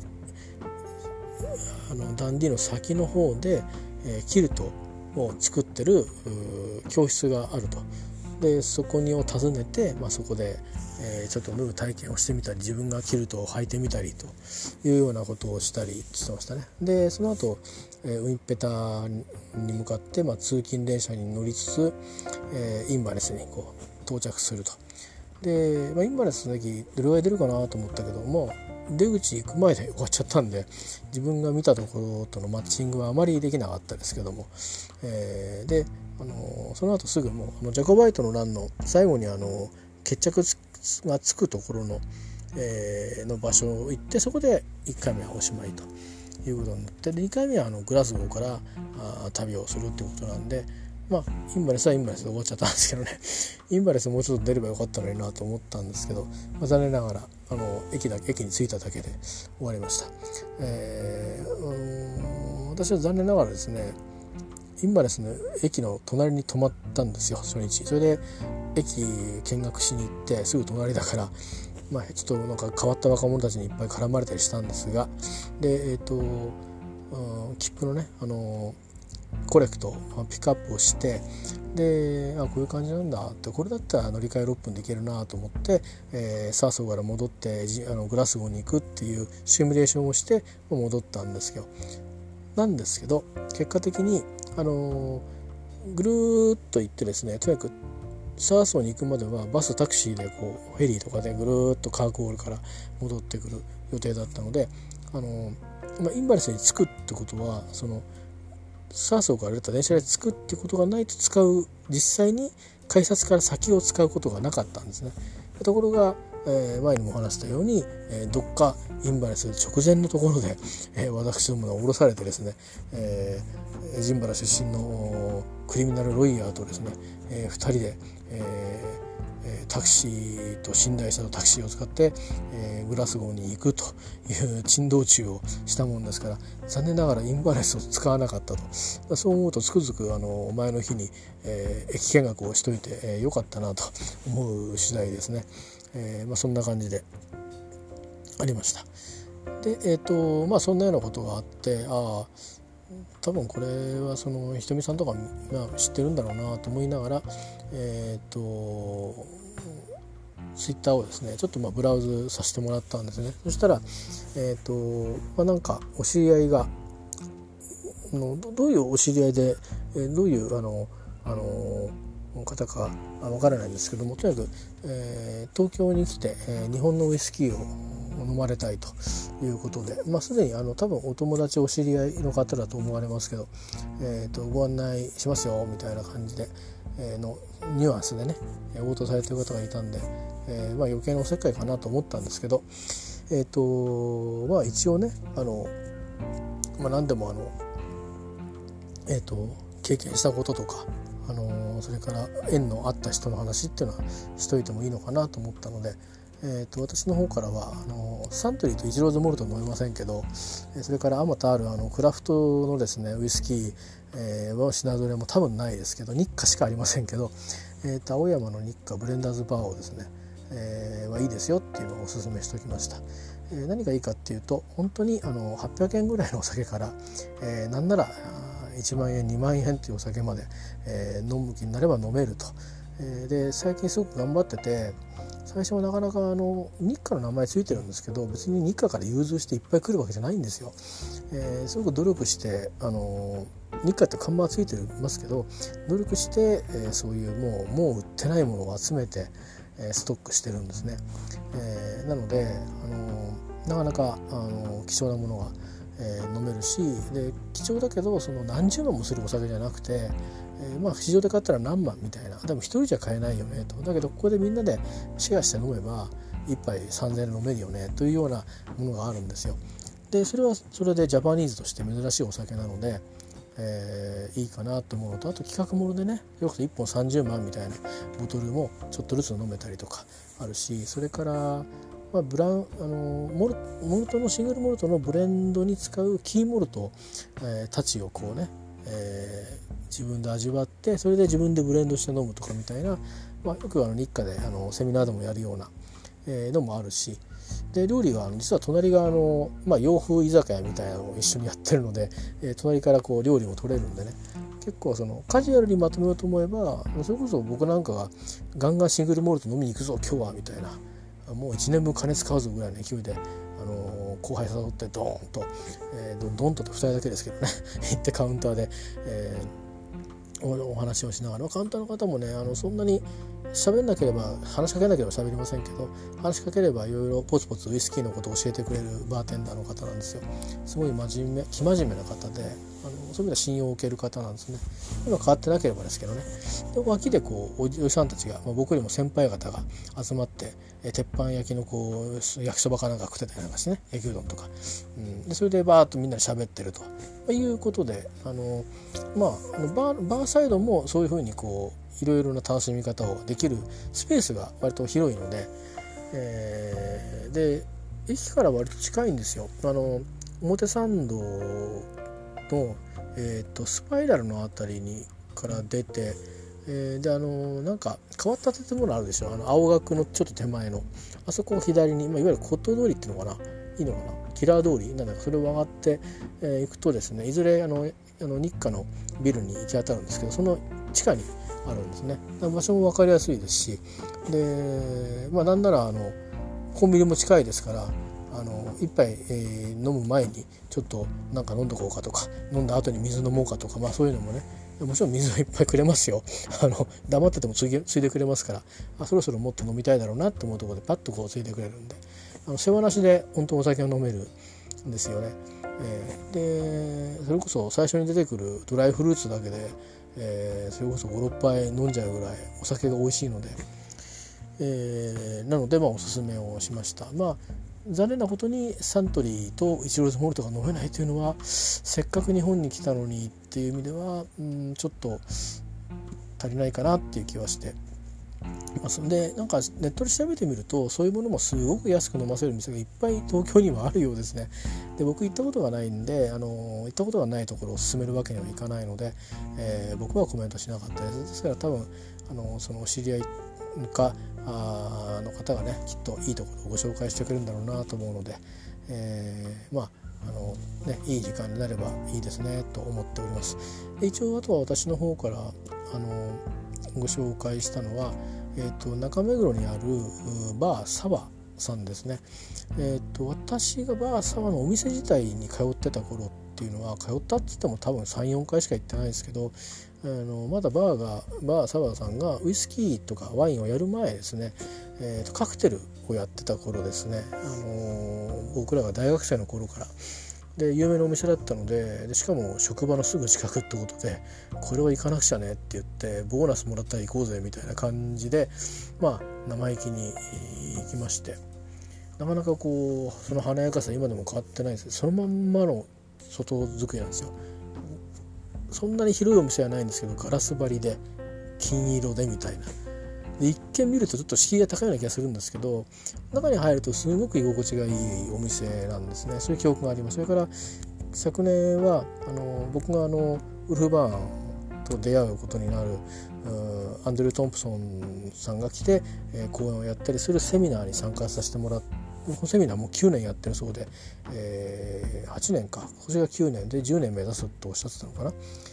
ダンディの先の方で、キルトを作ってる教室があると。でそこを訪ねて、そこで、ちょっと縫う体験をしてみたり、自分がキルトを履いてみたりというようなことをしたりしてましたね。でその後、ウィンペタに向かって、通勤電車に乗りつつ、インバレスにこう到着すると。で、インバレスの駅どれぐらい出るかなと思ったけども、出口行く前で終わっちゃったんで、自分が見たところとのマッチングはあまりできなかったですけども、でその後すぐもうジャコバイトの欄の最後に決着がつくところの、の場所を行って、そこで1回目はおしまいということになって、で2回目はグラスゴーから旅をするってことなんで、インバレスはインバレスで終わっちゃったんですけどねインバレスもうちょっと出ればよかったのになと思ったんですけど、残念ながら駅に着いただけで終わりました。私は残念ながらですね、インバレスの駅の隣に泊まったんですよ、初日。それで駅見学しに行ってすぐ隣だから、ちょっとなんか変わった若者たちにいっぱい絡まれたりしたんですが、で切符のねコレクトピックアップをして、でこういう感じなんだって、これだったら乗り換え6分で行けるなと思って、サーソーから戻ってグラスゴーに行くっていうシミュレーションをして戻ったんですけど、結果的にぐるーっと行ってですね、とにかくサーソーに行くまではバスタクシーでこうフェリーとかでぐるーっとカークホールから戻ってくる予定だったので、インバレスに着くってことはサーソーから出た電車で着くってことがないと実際に改札から先を使うことがなかったんですね。ところが、前にも話したように、どっかインバレス直前のところで、私どもが降ろされてですね、エジンバラ出身のクリミナルロイヤーとですね、2人で、タクシーと寝台車のタクシーを使って、グラスゴーに行くという珍道中をしたもんですから、残念ながらインバレスを使わなかったと。そう思うとつくづく前の日に、駅見学をしといてよかったなと思う次第ですね。そんな感じでありました。でそんなようなことがあって、多分これはひとみさんとか知ってるんだろうなと思いながら、ツイッターをですねちょっとブラウズさせてもらったんですね。そしたらなんかお知り合いがどういうお知り合いでどういう方かわからないんですけども、とにかく、東京に来て、日本のウイスキーを飲まれたいということで、すでに多分お友達お知り合いの方だと思われますけど、ご案内しますよみたいな感じで、のニュアンスでね応答されている方がいたんで、余計なおせっかいかなと思ったんですけど、一応ね何でも経験したこととかそれから縁のあった人の話っていうのはしといてもいいのかなと思ったので、私の方からはサントリーとイチローズモルト飲めませんけど、それからあまたあるクラフトのですねウイスキー、は品ぞれも多分ないですけど、日課しかありませんけど、青山の日課ブレンダーズバーをですね、はいいですよっていうのをおすすめしておきました。何がいいかっていうと、本当に800円ぐらいのお酒から、なんなら1万円2万円っていうお酒まで、飲む気になれば飲めると。で最近すごく頑張ってて、最初はなかなか日課の名前ついてるんですけど、別に日課から融通していっぱい来るわけじゃないんですよ。すごく努力して日課って看板はついてますけど、努力して、そういうもう売ってないものを集めて、ストックしてるんですね。なのでなかなか貴重なものが、飲めるし、で貴重だけどその何十万もするお酒じゃなくて、市場で買ったら何万みたいな、でも一人じゃ買えないよねと、だけどここでみんなでシェアして飲めば1杯3000円飲めるよねというようなものがあるんですよ。でそれはそれでジャパニーズとして珍しいお酒なので、いいかなと思うのと、あと企画ものでね、よく1本30万みたいなボトルもちょっとずつ飲めたりとかあるし、それからモルトのシングルモルトのブレンドに使うキーモルト、たちをこうね、自分で味わって、それで自分でブレンドして飲むとかみたいな、よく日課でセミナーでもやるような、のもあるし、で料理は実は隣が洋風居酒屋みたいなのを一緒にやってるので、隣からこう料理も取れるんでね、結構カジュアルにまとめようと思えば、それこそ僕なんかがガンガンシングルモルト飲みに行くぞ今日はみたいな、もう1年分金使うぞぐらいの勢いで、後輩誘ってドーンと、ドンと2人だけですけどね行ってカウンターで、お話をしながら、カウンターの方もねそんなに喋んなければ、話しかけなければ喋りませんけど、話しかければいろいろポツポツウイスキーのことを教えてくれるバーテンダーの方なんですよ。すごい生真面目な方で、そういう意味では信用を受ける方なんですね。今変わってなければですけどね。で脇でこうおじさんたちが、僕よりも先輩方が集まって、鉄板焼きのこう焼きそばかなんか食ってたりなんかしてね、焼きうどんとか、でそれでバーッとみんなで喋ってるということで、バーサイドもそういうふうにこういろいろな楽しみ方をできるスペースが割と広いので、で駅から割と近いんですよ。表参道の、スパイラルのあたりにから出て、でなんか変わった建物あるでしょ、青学のちょっと手前のあそこを左に、いわゆる骨董通りっていうのかな、いいのかな、キラー通りなんだか、それを上がって、行くとですね、いずれ日課のビルに行き当たるんですけど、その地下にあるんですね。場所も分かりやすいですし、でなんならコンビニも近いですから、一杯、飲む前にちょっとなんか飲んどこうかとか、飲んだ後に水飲もうかとか、そういうのもね、もちろん水はいっぱいくれますよ黙っててもついでくれますから、そろそろもっと飲みたいだろうなって思うところでパッとこうついでくれるんで、世話なしで本当お酒を飲めるんですよね。でそれこそ最初に出てくるドライフルーツだけで、それこそ 5,6 杯飲んじゃうぐらいお酒が美味しいので、なのでおすすめをしました。残念なことにサントリーとイチローズモルトが飲めないというのは、せっかく日本に来たのにっていう意味では、ちょっと足りないかなっていう気はしてますので、なんかネットで調べてみると、そういうものもすごく安く飲ませる店がいっぱい東京にはあるようですね。で僕行ったことがないんで、行ったことがないところを勧めるわけにはいかないので、僕はコメントしなかったです。ですから多分そのお知り合いかの方がね、きっといいところをご紹介してくれるんだろうなと思うので、いい時間になればいいですねと思っております。で一応あとは私の方からご紹介したのは、中目黒にあるバーサワさんですね。私がバーサワのお店自体に通ってた頃っていうのは、通ったって言っても多分 3,4 回しか行ってないですけど、まだバーサワさんがウイスキーとかワインをやる前ですね、カクテルをやってた頃ですね、僕らが大学生の頃からで有名なお店だったので、しかも職場のすぐ近くってことで、これは行かなくちゃねって言って、ボーナスもらったら行こうぜみたいな感じで、生意気に行きまして、なかなかこうその華やかさ今でも変わってないです。そのまんまの外作りなんですよ。そんなに広いお店はないんですけど、ガラス張りで金色でみたいな。で一見見るとちょっと敷居が高いような気がするんですけど、中に入るとすごく居心地がいいお店なんですね。そういう記憶があります。それから昨年は僕がウルフバーンと出会うことになるアンドリュー・トンプソンさんが来て、講演をやったりするセミナーに参加させてもらって、このセミナーもう9年やってるそうで、8年か、今年が9年で10年目指すとおっしゃってたのか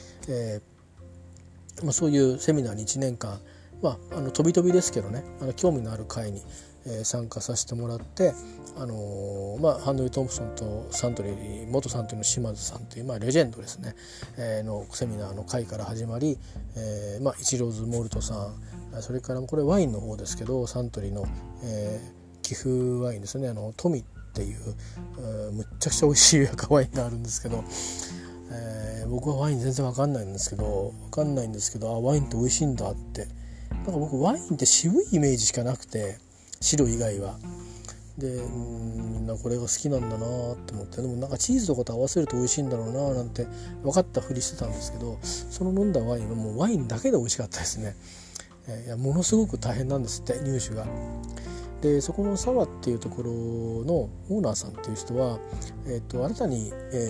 な。そういうセミナーに1年間、飛び飛びですけどね、興味のある会に、参加させてもらって、ハンドリー・トンプソンとサントリー元サントリーの島津さんという、レジェンドですね、のセミナーの会から始まり、イチローズモルトさん、それからこれワインの方ですけどサントリーの、貴腐ワインですね、トミっていうむっちゃくちゃ美味しい赤ワインがあるんですけど、僕はワイン全然わかんないんですけどワインって美味しいんだって。なんか僕ワインって渋いイメージしかなくて、白以外は。でみんなこれが好きなんだなと思って、でもなんかチーズとかと合わせると美味しいんだろうななんて分かったふりしてたんですけど、その飲んだワインはもうワインだけで美味しかったですね。ものすごく大変なんですって入手が。でそこの沢っていうところのオーナーさんっていう人は、新たに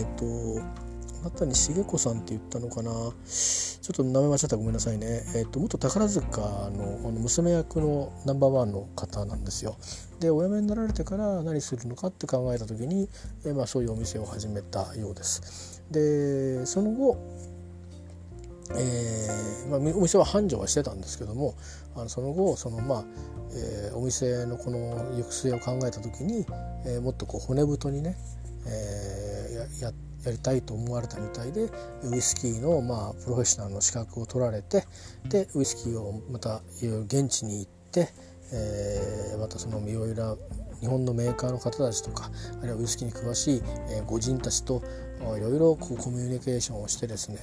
重子さんって言ったのかな、ちょっと名前間違ったらごめんなさいね。元宝塚の娘役のナンバーワンの方なんですよ。でお辞めになられてから何するのかって考えた時に、そういうお店を始めたようです。でその後、お店は繁盛はしてたんですけども、その後お店のこの行く末を考えた時に、もっとこう骨太にね、やりたいと思われたみたいで、ウイスキーのプロフェッショナルの資格を取られて、でウイスキーをまた現地に行って、またそのいろいろ日本のメーカーの方たちとか、あるいはウイスキーに詳しい御人たちといろいろこうコミュニケーションをしてですね、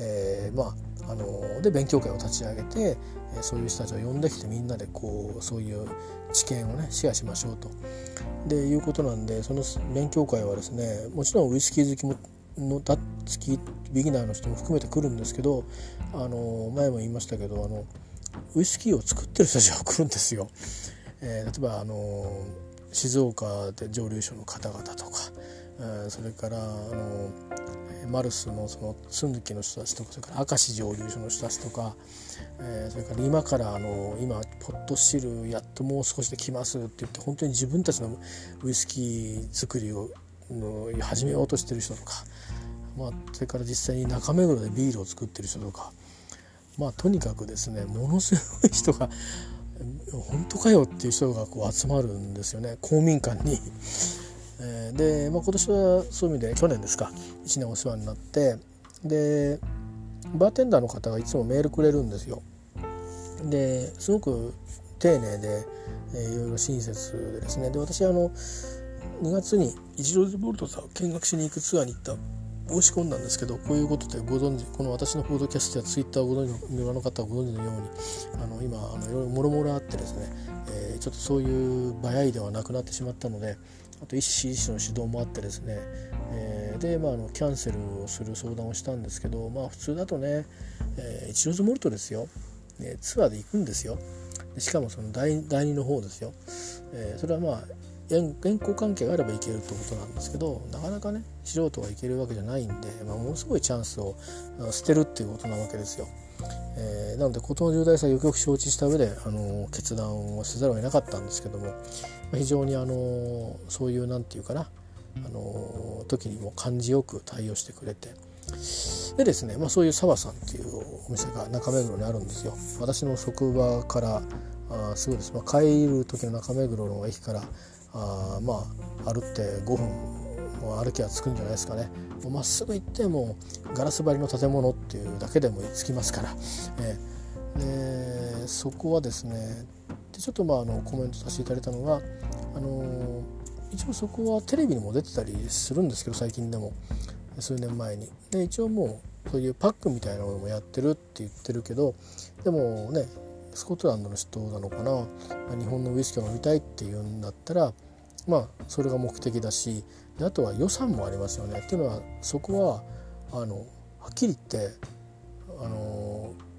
で勉強会を立ち上げて、そういう人たちを呼んできてみんなでこうそういう知見をねシェアしましょうとでいうことなんで、その勉強会はですね、もちろんウイスキー好きもビギナーの人も含めて来るんですけど、前も言いましたけどウイスキーを作ってる人たちが来るんですよ。例えば静岡で蒸留所の方々とか、それからマルスのそのツヌキの人たちとか、それから明石蒸留所の人たちとか、それから今から今ポットシルやっともう少しで来ますって言って、本当に自分たちのウイスキー作りを始めようとしてる人とか、それから実際に中目黒でビールを作ってる人とか、とにかくですね、ものすごい人が本当かよっていう人がこう集まるんですよね、公民館に。で、今年はそういう意味で去年ですか、1年お世話になって、でバーテンダーの方がいつもメールくれるんですよ。ですごく丁寧で、いろいろ親切でですね、で私2月にイチローズボルトさんを見学しに行くツアーに行った申し込んだんですけど、こういうことでご存知、この私のポッドキャストやツイッターをご存知の方はご存知のように、今いろいろもろもろあってですね、ちょっとそういう場合ではなくなってしまったので、あと医師の指導もあってですね、で、キャンセルをする相談をしたんですけど、普通だとね、イチローズモルトですよ、ツアーで行くんですよ。でしかもその第2の方ですよ。それは縁故関係があれば行けるってことなんですけど、なかなかね素人が行けるわけじゃないんで、ものすごいチャンスを捨てるっていうことなわけですよ。なので事の重大さをよくよく承知した上で決断をせざるを得なかったんですけども、非常にそういうなんていうかな、時にも感じよく対応してくれて、でですね、そういう沢さんっていうお店が中目黒にあるんですよ。私の職場からすごいです。帰る時の中目黒の駅から歩って5分歩きは着くんじゃないですかね。まっすぐ行ってもガラス張りの建物っていうだけでも着きますから、でそこはですね、でちょっとコメントさせていただいたのが、一応そこはテレビにも出てたりするんですけど、最近でも数年前にで一応もうそういうパックみたいなのもやってるって言ってるけど、でもねスコットランドの人なのかな、日本のウイスキーを飲みたいっていうんだったらそれが目的だし、であとは予算もありますよね。っていうのはそこははっきり言って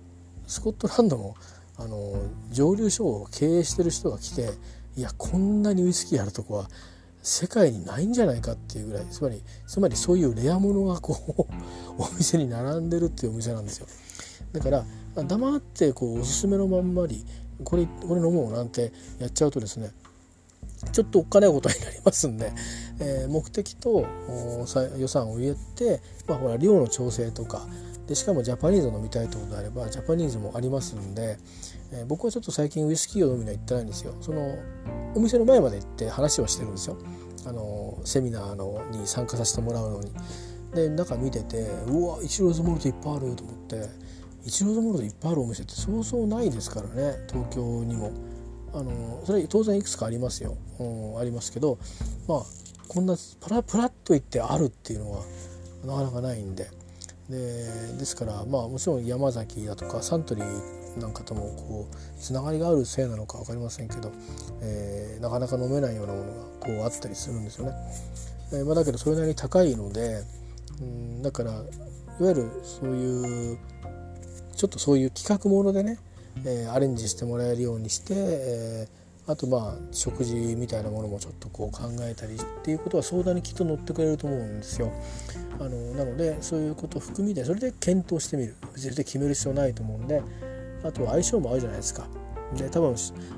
スコットランドの蒸留所を経営してる人が来て、いやこんなにウイスキーあるとこは世界にないんじゃないかっていうぐらい、つまりそういうレアものがこうお店に並んでるっていうお店なんですよ。だから黙ってこうおすすめのまんまりこれ飲もうなんてやっちゃうとですね、ちょっとおっかないことになりますんで、目的と予算を入れて、ほら量の調整とかで、しかもジャパニーズを飲みたいということであればジャパニーズもありますんで、僕はちょっと最近ウイスキーを飲みには行ってないんですよ。そのお店の前まで行って話をしてるんですよ。セミナーに参加させてもらうのに。で中見てて、うわイチローズモルトいっぱいあると思って、イチローズモルトいっぱいあるお店ってそうそうないですからね、東京にも。それ当然いくつかありますよ、ありますけど、こんなプラッと言ってあるっていうのはなかなかないんで、ですからもちろん山崎だとかサントリーなんかともこうつながりがあるせいなのか分かりませんけど、なかなか飲めないようなものがこうあったりするんですよね。だけどそれなりに高いので、だからいわゆるそういうちょっとそういう企画ものでね、アレンジしてもらえるようにして、あと食事みたいなものもちょっとこう考えたりっていうことは相談にきっと乗ってくれると思うんですよ。なのでそういうことを含みでそれで検討してみる、別に決める必要ないと思うんで、あとは相性も合うじゃないですか。で多分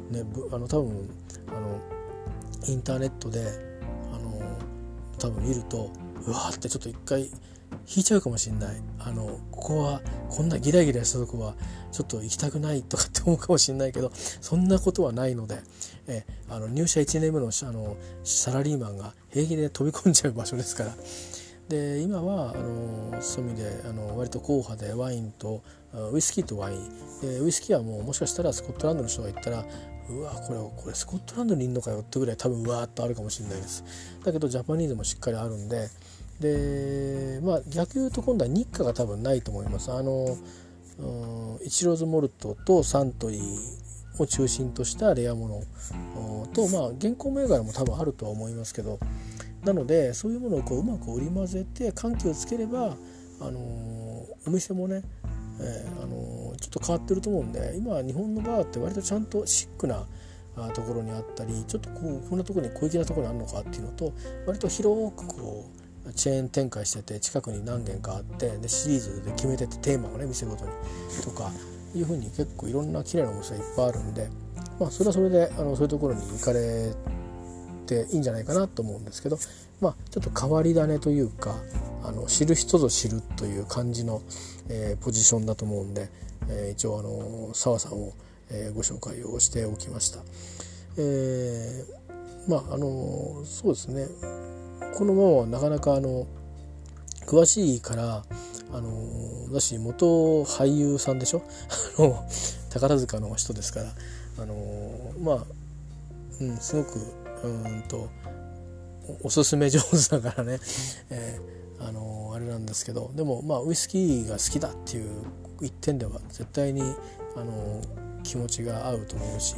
インターネットで多分見るとうわーってちょっと一回引いちゃうかもしれない。ここはこんなギラギラしたとこはちょっと行きたくないとかって思うかもしれないけど、そんなことはないので、入社1年目のサラリーマンが平気で飛び込んじゃう場所ですから。で今はそういう意味で割と硬派でワインとウイスキーとワインで、ウイスキーはもしかしたらスコットランドの人が言ったらうわこれスコットランドにいるのかよってぐらい多分うわーっとあるかもしれないです。だけどジャパニーズもしっかりあるんで、逆言うと今度は日課が多分ないと思います。イチローズモルトとサントリーを中心としたレアものと現行銘柄も多分あるとは思いますけど、なのでそういうものをこううまく織り交ぜて緩急をつければお店もね、ちょっと変わってると思うんで、今日本のバーって割とちゃんとシックなところにあったり、ちょっとこんなところに小粋なところにあるのかっていうのと、割と広くこうチェーン展開してて近くに何軒かあって、でシリーズで決めててテーマをね店ごとにとかいう風に結構いろんな綺麗なお店がいっぱいあるんで、それはそれでそういうところに行かれていいんじゃないかなと思うんですけど、ちょっと変わり種というか知る人ぞ知るという感じの、ポジションだと思うんで、一応澤さんを、ご紹介をしておきました。そうですね、このままはなかなか詳しいからだし元俳優さんでしょ宝塚の人ですからすごくおすすめ上手だからね、あれなんですけど、でもウイスキーが好きだっていう一点では絶対に気持ちが合うと思うし、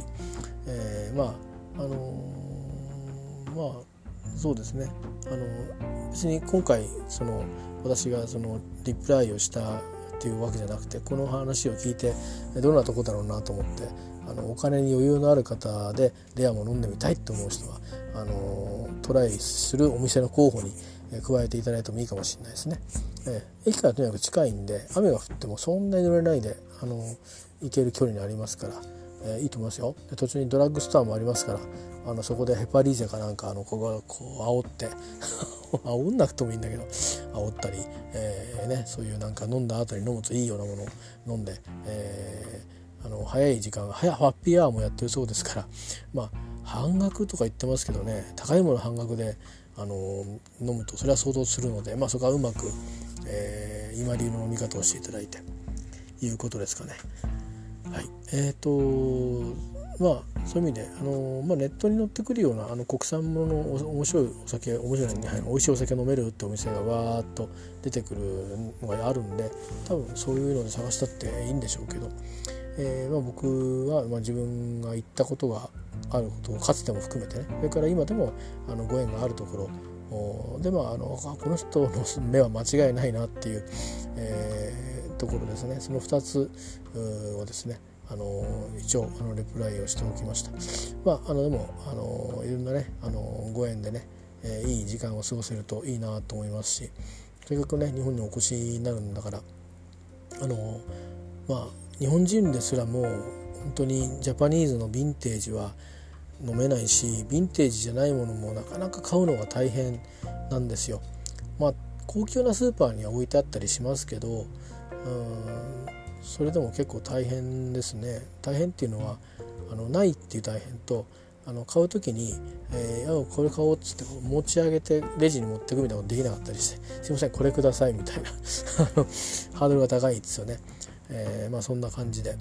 そうですね、別に今回私がリプライをしたっていうわけじゃなくて、この話を聞いてどんなとこだろうなと思って、お金に余裕のある方でレアも飲んでみたいって思う人はトライするお店の候補に加えていただいてもいいかもしれないですね。駅からとにかく近いんで、雨が降ってもそんなに濡れないで行ける距離にありますから、いいと思いますよ。で途中にドラッグストアもありますから、そこでヘパリーゼかなんかここがこう煽って煽んなくてもいいんだけど煽ったり、そういうなんか飲んだ後に飲むといいようなものを飲んで、早い時間ハッピーアワーもやってるそうですから、半額とか言ってますけどね、高いもの半額で飲むとそれは相当するので、そこはうまく、今流の飲み方をしていただいていうことですかね。はい、そういう意味でネットに載ってくるような国産ものの面白いお酒、面白いね、美味しいお酒飲めるってお店がわーっと出てくるのがあるんで、多分そういうので探したっていいんでしょうけど、僕は自分が行ったことがあることをかつても含めてね、それから今でもご縁があるところでこの人の目は間違いないなっていう、とところですね。その2つをですね一応レプライをしておきました。でもいろんなねご縁でね、いい時間を過ごせるといいなと思いますし、とにかくね日本にお越しになるんだから日本人ですらも本当にジャパニーズのヴィンテージは飲めないし、ヴィンテージじゃないものもなかなか買うのが大変なんですよ。高級なスーパーには置いてあったりしますけど、それでも結構大変ですね。大変っていうのはないっていう大変と、買う時に、これ買おうっつって持ち上げてレジに持ってくみたいなことできなかったりして、すいませんこれくださいみたいなハードルが高いですよね。そんな感じで、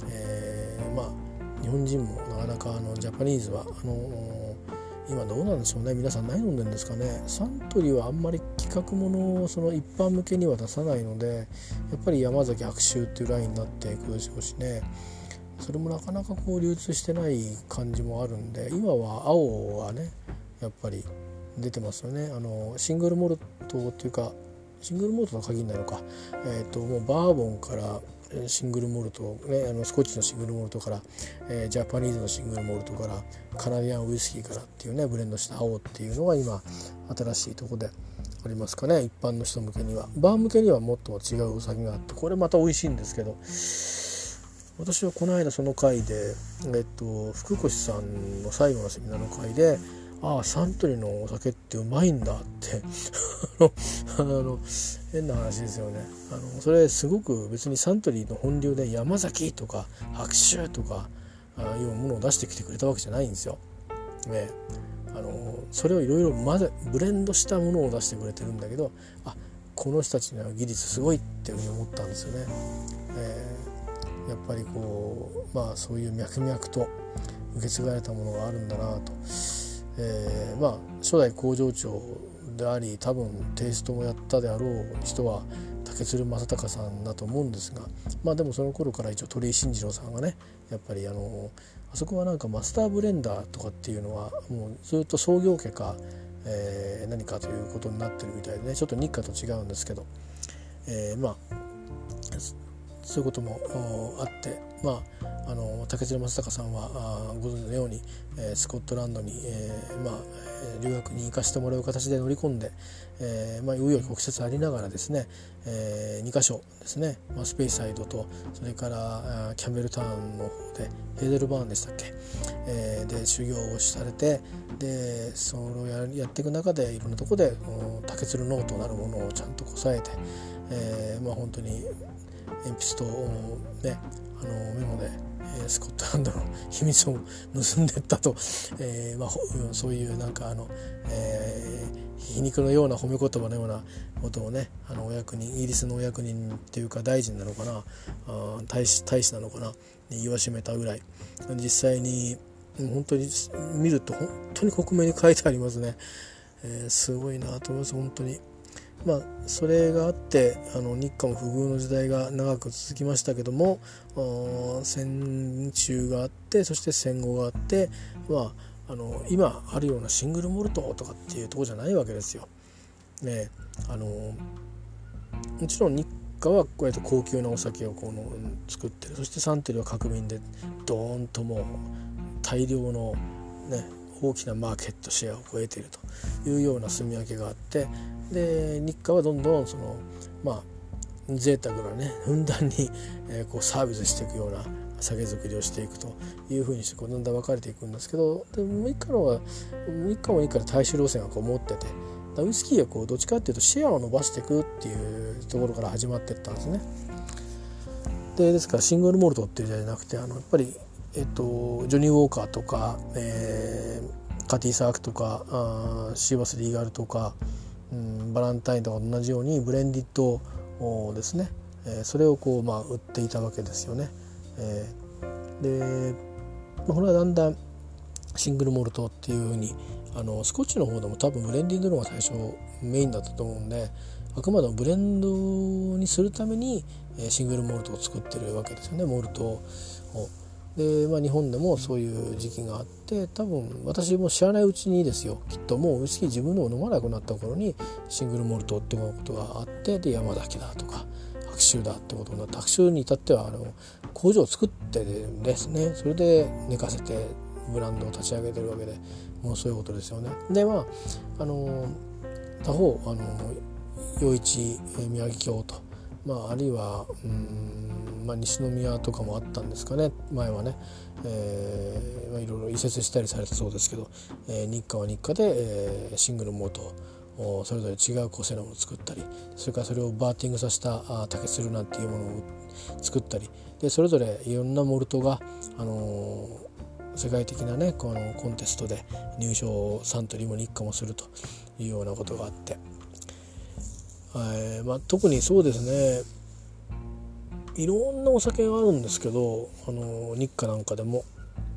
日本人もなかなかジャパニーズは今どうなんでしょうね。皆さん何飲んでるんですかね。サントリーはあんまり企画ものをその一般向けには出さないので、やっぱり山崎白州っていうラインになっていくでしょうしね。それもなかなか流通してない感じもあるんで、今は青はねやっぱり出てますよね。シングルモルトっていうか、シングルモルトの限りなのか、もうバーボンからシングルモルト、スコッチのシングルモルトから、ジャパニーズのシングルモルトからカナディアンウイスキーからっていうねブレンドした青っていうのが今新しいとこでありますかね。一般の人向けには、バー向けにはもっと違うお酒があって、これまた美味しいんですけど、私はこの間その回で、福越さんの最後のセミナーの回で、サントリーのお酒ってうまいんだって変な話ですよね。それすごく別にサントリーの本流で山崎とか白州とかいうものを出してきてくれたわけじゃないんですよ。それをいろいろブレンドしたものを出してくれてるんだけど、この人たちの技術すごいっていうふうに思ったんですよね。やっぱりそういう脈々と受け継がれたものがあるんだなと。初代工場長であり多分テイストもやったであろう人は竹鶴正隆さんだと思うんですが、でもその頃から一応鳥居慎次郎さんがねやっぱりあそこはなんかマスターブレンダーとかっていうのはもうずっと創業家か、何かということになってるみたいでね、ちょっと日課と違うんですけど、そういうこともあって、竹鶴正隆さんはご存知のように、スコットランドに、留学に行かせてもらう形で乗り込んで、紆余曲折ありながらですね、2カ所ですね、スペイサイドとそれからキャンベルタウンの方でヘーデルバーンでしたっけ、で修行をされて、でそれをやっていく中でいろんなところで竹鶴ノートなるものをちゃんとこさえて、本当に鉛筆と、メモで、スコットランドの秘密を盗んでいったと、そういうなんか皮肉のような褒め言葉のようなことをね、お役人、イギリスのお役人っていうか大臣なのかな、大使なのかなに言わしめたぐらい、実際に本当に見ると本当に克明に書いてありますね。すごいなと思います本当に。それがあって日韓も不遇の時代が長く続きましたけども、戦中があって、そして戦後があって、今あるようなシングルモルトとかっていうところじゃないわけですよ。もちろん日韓はこうやって高級なお酒を作ってる。そしてサントリーは革命でドーンともう大量のね大きなマーケットシェアを得ているというような住み分けがあって、で日韓はどんどん贅沢なねふんだんに、サービスしていくような酒造りをしていくというふうにしてだんだん分かれていくんですけど、で日韓も日韓で大衆路線を持ってて、ウイスキーはどっちかっていうとシェアを伸ばしていくっていうところから始まっていったんですね。ですからシングルモルトっていうじゃなくてやっぱりジョニー・ウォーカーとか、カティ・サークとかシーバス・リーガルとか、バランタインとか同じようにブレンディッドですね、それを売っていたわけですよね。でこれはだんだんシングルモルトっていう風にスコッチの方でも多分ブレンディングの方が最初メインだったと思うんで、あくまでもブレンドにするためにシングルモルトを作ってるわけですよね、モルトを。で、日本でもそういう時期があって、多分私も知らないうちにですよ、きっともうウイスキー自分のを飲まなくなった頃にシングルモルトってことがあって、で山崎だとか白州だってことになって、白州に至っては工場を作ってですね、それで寝かせてブランドを立ち上げてるわけで、もうそういうことですよね。で他方余市宮城京と、あるいは西宮とかもあったんですかね、前はね、いろいろ移設したりされたそうですけど、日課は日課で、シングルモートをそれぞれ違う個性のものを作ったり、それからそれをバーティングさせた竹鶴なんていうものを作ったりで、それぞれいろんなモルトが、世界的なねこのコンテストで入賞サントリーも日課もするというようなことがあって、特にそうですね、いろんなお酒があるんですけど、日課なんかでも、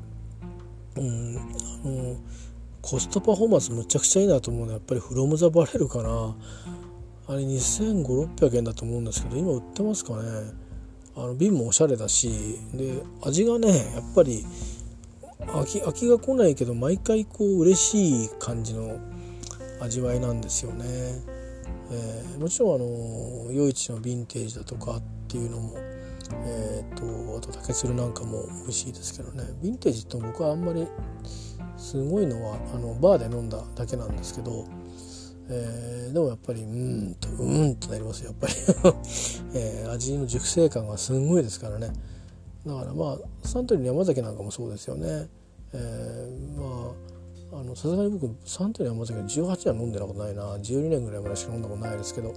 コストパフォーマンスむちゃくちゃいいなと思うのはやっぱりフロムザバレルかな。あれ2500、600円だと思うんですけど、今売ってますかね。瓶もおしゃれだし、で味がねやっぱり飽きが来ないけど、毎回こう嬉しい感じの味わいなんですよね。もちろん余市のヴィンテージだとかっていうのも、あと竹鶴なんかも美味しいですけどね。ヴィンテージって僕はあんまりすごいのはバーで飲んだだけなんですけど、でもやっぱりとなりますよやっぱり、味の熟成感がすごいですからね。だからサントリーの山崎なんかもそうですよね。さすがに僕サントリーの山崎は18年飲んでたことないな、12年ぐらいまでしか飲んだことないですけど、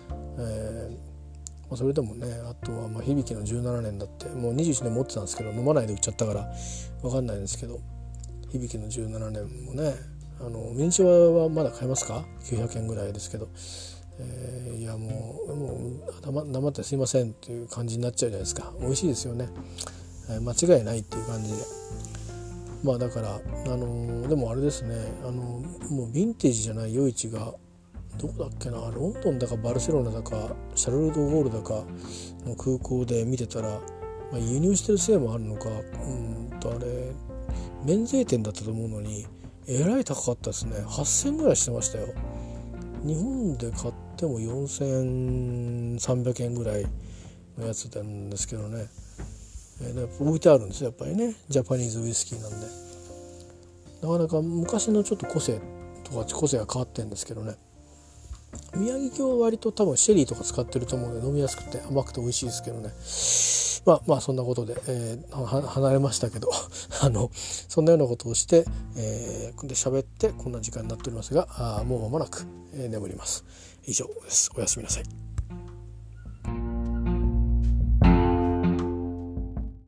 それでもね、あとは響の17年だって、もう21年持ってたんですけど飲まないで売っちゃったから分かんないんですけど、響の17年もね、ミニチュアはまだ買えますか？900円ぐらいですけど、いやもう黙ってすいませんっていう感じになっちゃうじゃないですか。美味しいですよね、間違いないっていう感じで。だからでもあれですね、もうヴィンテージじゃない余市がどこだっけな、ロンドンだかバルセロナだかシャルル・ド・ゴールだかの空港で見てたら、輸入してるせいもあるのか、あれ免税店だったと思うのにえらい高かったですね。8000ぐらいしてましたよ。日本で買っても4300円ぐらいのやつなんですけどね、置いてあるんですよやっぱりね、ジャパニーズウイスキーなんで。なかなか昔のちょっと個性が変わってるんですけどね。宮城京は割と多分シェリーとか使ってると思うので飲みやすくて甘くて美味しいですけどね。そんなことで、離れましたけどそんなようなことをして、で喋ってこんな時間になっておりますが、もう間もなく、眠ります。以上です。おやすみなさい。